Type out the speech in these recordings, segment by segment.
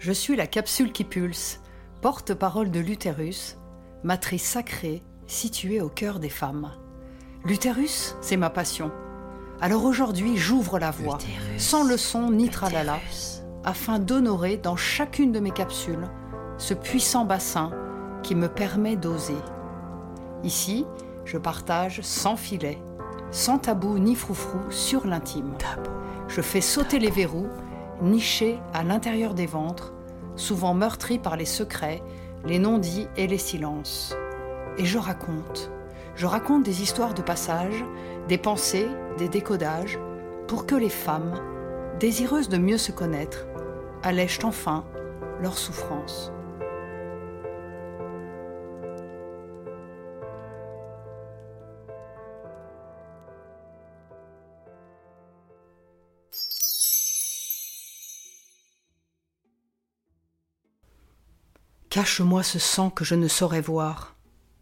Je suis la capsule qui pulse, porte-parole de l'utérus, matrice sacrée située au cœur des femmes. L'utérus, c'est ma passion. Alors aujourd'hui, j'ouvre la voie, sans leçon ni tralala, afin d'honorer dans chacune de mes capsules ce puissant bassin qui me permet d'oser. Ici, je partage sans filet, sans tabou ni froufrou sur l'intime. Je fais sauter les verrous, nichés à l'intérieur des ventres, souvent meurtris par les secrets, les non-dits et les silences. Et je raconte des histoires de passage, des pensées, des décodages, pour que les femmes, désireuses de mieux se connaître, allègent enfin leur souffrance. Cache-moi ce sang que je ne saurais voir.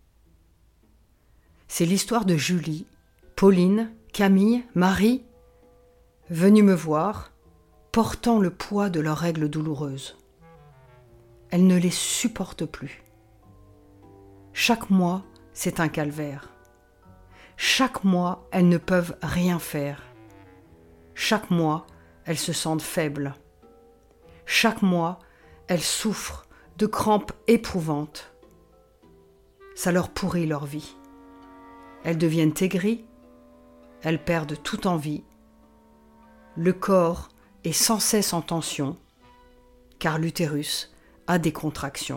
C'est l'histoire de Julie, Pauline, Camille, Marie, venues me voir, portant le poids de leurs règles douloureuses. Elles ne les supportent plus. Chaque mois, c'est un calvaire. Chaque mois, elles ne peuvent rien faire. Chaque mois, elles se sentent faibles. Chaque mois, elles souffrent de crampes éprouvantes. Ça leur pourrit leur vie. Elles deviennent aigries, elles perdent toute envie. Le corps est sans cesse en tension, car l'utérus a des contractions.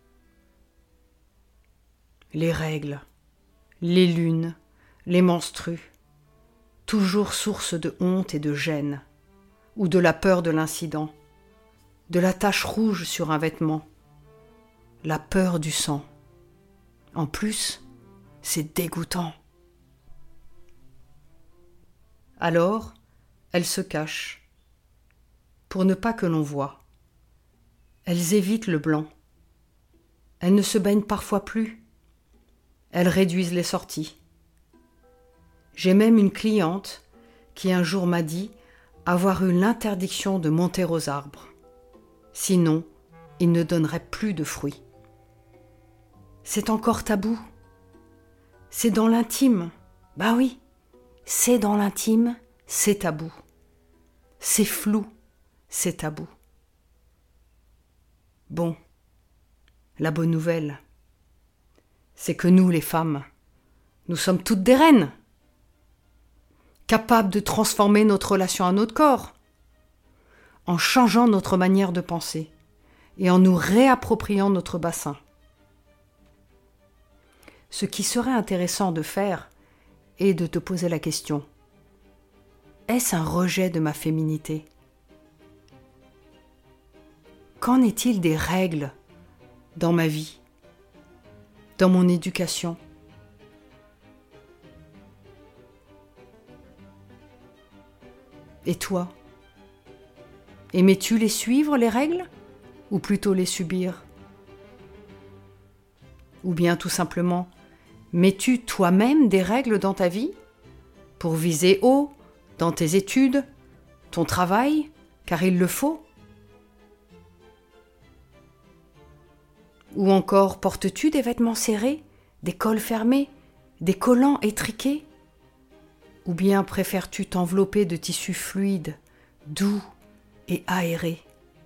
Les règles, les lunes, les menstrues, toujours source de honte et de gêne, ou de la peur de l'incident, de la tache rouge sur un vêtement, la peur du sang. En plus, c'est dégoûtant. Alors, elles se cachent, pour ne pas que l'on voie. Elles évitent le blanc. Elles ne se baignent parfois plus. Elles réduisent les sorties. J'ai même une cliente qui un jour m'a dit avoir eu l'interdiction de monter aux arbres. Sinon, il ne donnerait plus de fruits. C'est encore tabou. C'est dans l'intime. Bah oui, c'est dans l'intime, c'est tabou. C'est flou, c'est tabou. Bon, la bonne nouvelle, c'est que nous, les femmes, nous sommes toutes des reines, capables de transformer notre relation à notre corps, en changeant notre manière de penser et en nous réappropriant notre bassin. Ce qui serait intéressant de faire est de te poser la question: est-ce un rejet de ma féminité? Qu'en est-il des règles dans ma vie, dans mon éducation? Et toi? Aimais-tu les suivre, les règles, ou plutôt les subir? Ou bien tout simplement, mets-tu toi-même des règles dans ta vie pour viser haut dans tes études, ton travail, car il le faut? Ou encore, portes-tu des vêtements serrés, des cols fermés, des collants étriqués? Ou bien préfères-tu t'envelopper de tissus fluides, doux et aérés?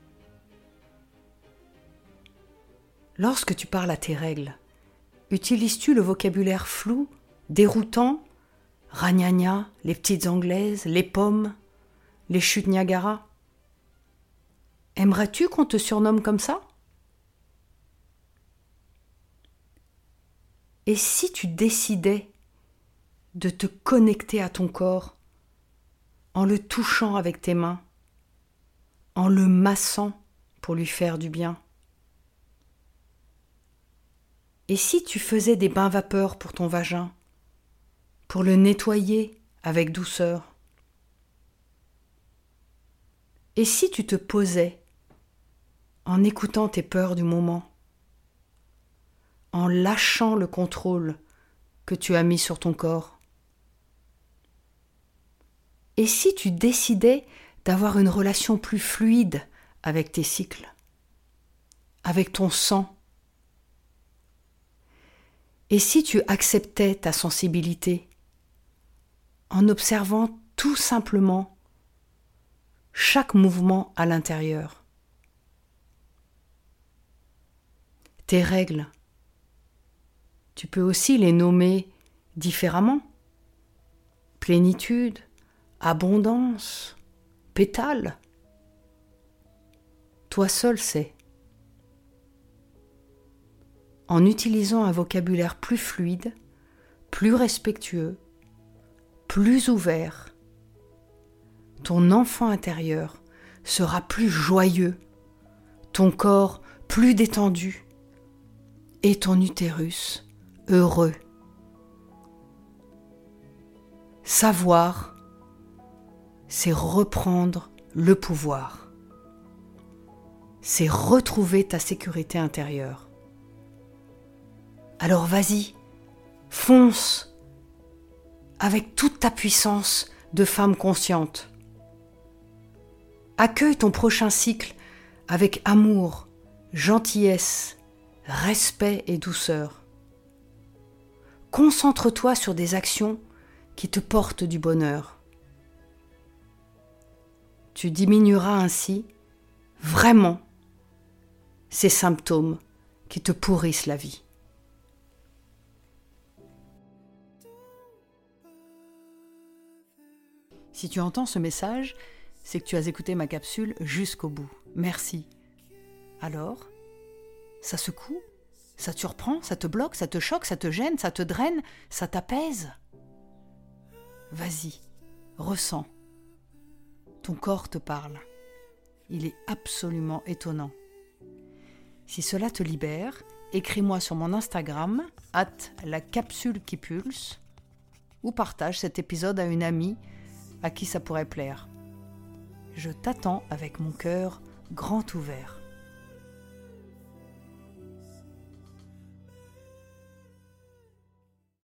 Lorsque tu parles à tes règles, utilises-tu le vocabulaire flou, déroutant, ragnagna, les petites anglaises, les pommes, les chutes Niagara? Aimerais-tu qu'on te surnomme comme ça? Et si tu décidais de te connecter à ton corps en le touchant avec tes mains, en le massant pour lui faire du bien? Et si tu faisais des bains vapeur pour ton vagin, pour le nettoyer avec douceur? Et si tu te posais en écoutant tes peurs du moment, en lâchant le contrôle que tu as mis sur ton corps? Et si tu décidais d'avoir une relation plus fluide avec tes cycles, avec ton sang. Et si tu acceptais ta sensibilité en observant tout simplement chaque mouvement à l'intérieur? Tes règles, tu peux aussi les nommer différemment. Plénitude, abondance, pétale. Toi seul sais. En utilisant un vocabulaire plus fluide, plus respectueux, plus ouvert, ton enfant intérieur sera plus joyeux, ton corps plus détendu et ton utérus heureux. Savoir, c'est reprendre le pouvoir. C'est retrouver ta sécurité intérieure. Alors vas-y, fonce avec toute ta puissance de femme consciente. Accueille ton prochain cycle avec amour, gentillesse, respect et douceur. Concentre-toi sur des actions qui te portent du bonheur. Tu diminueras ainsi vraiment ces symptômes qui te pourrissent la vie. Si tu entends ce message, c'est que tu as écouté ma capsule jusqu'au bout. Merci. Alors, ça secoue? Ça te surprend? Ça te bloque? Ça te choque? Ça te gêne? Ça te draine? Ça t'apaise? Vas-y, ressens. Ton corps te parle. Il est absolument étonnant. Si cela te libère, écris-moi sur mon Instagram @lacapsulequipulse ou partage cet épisode à une amie à qui ça pourrait plaire. Je t'attends avec mon cœur grand ouvert.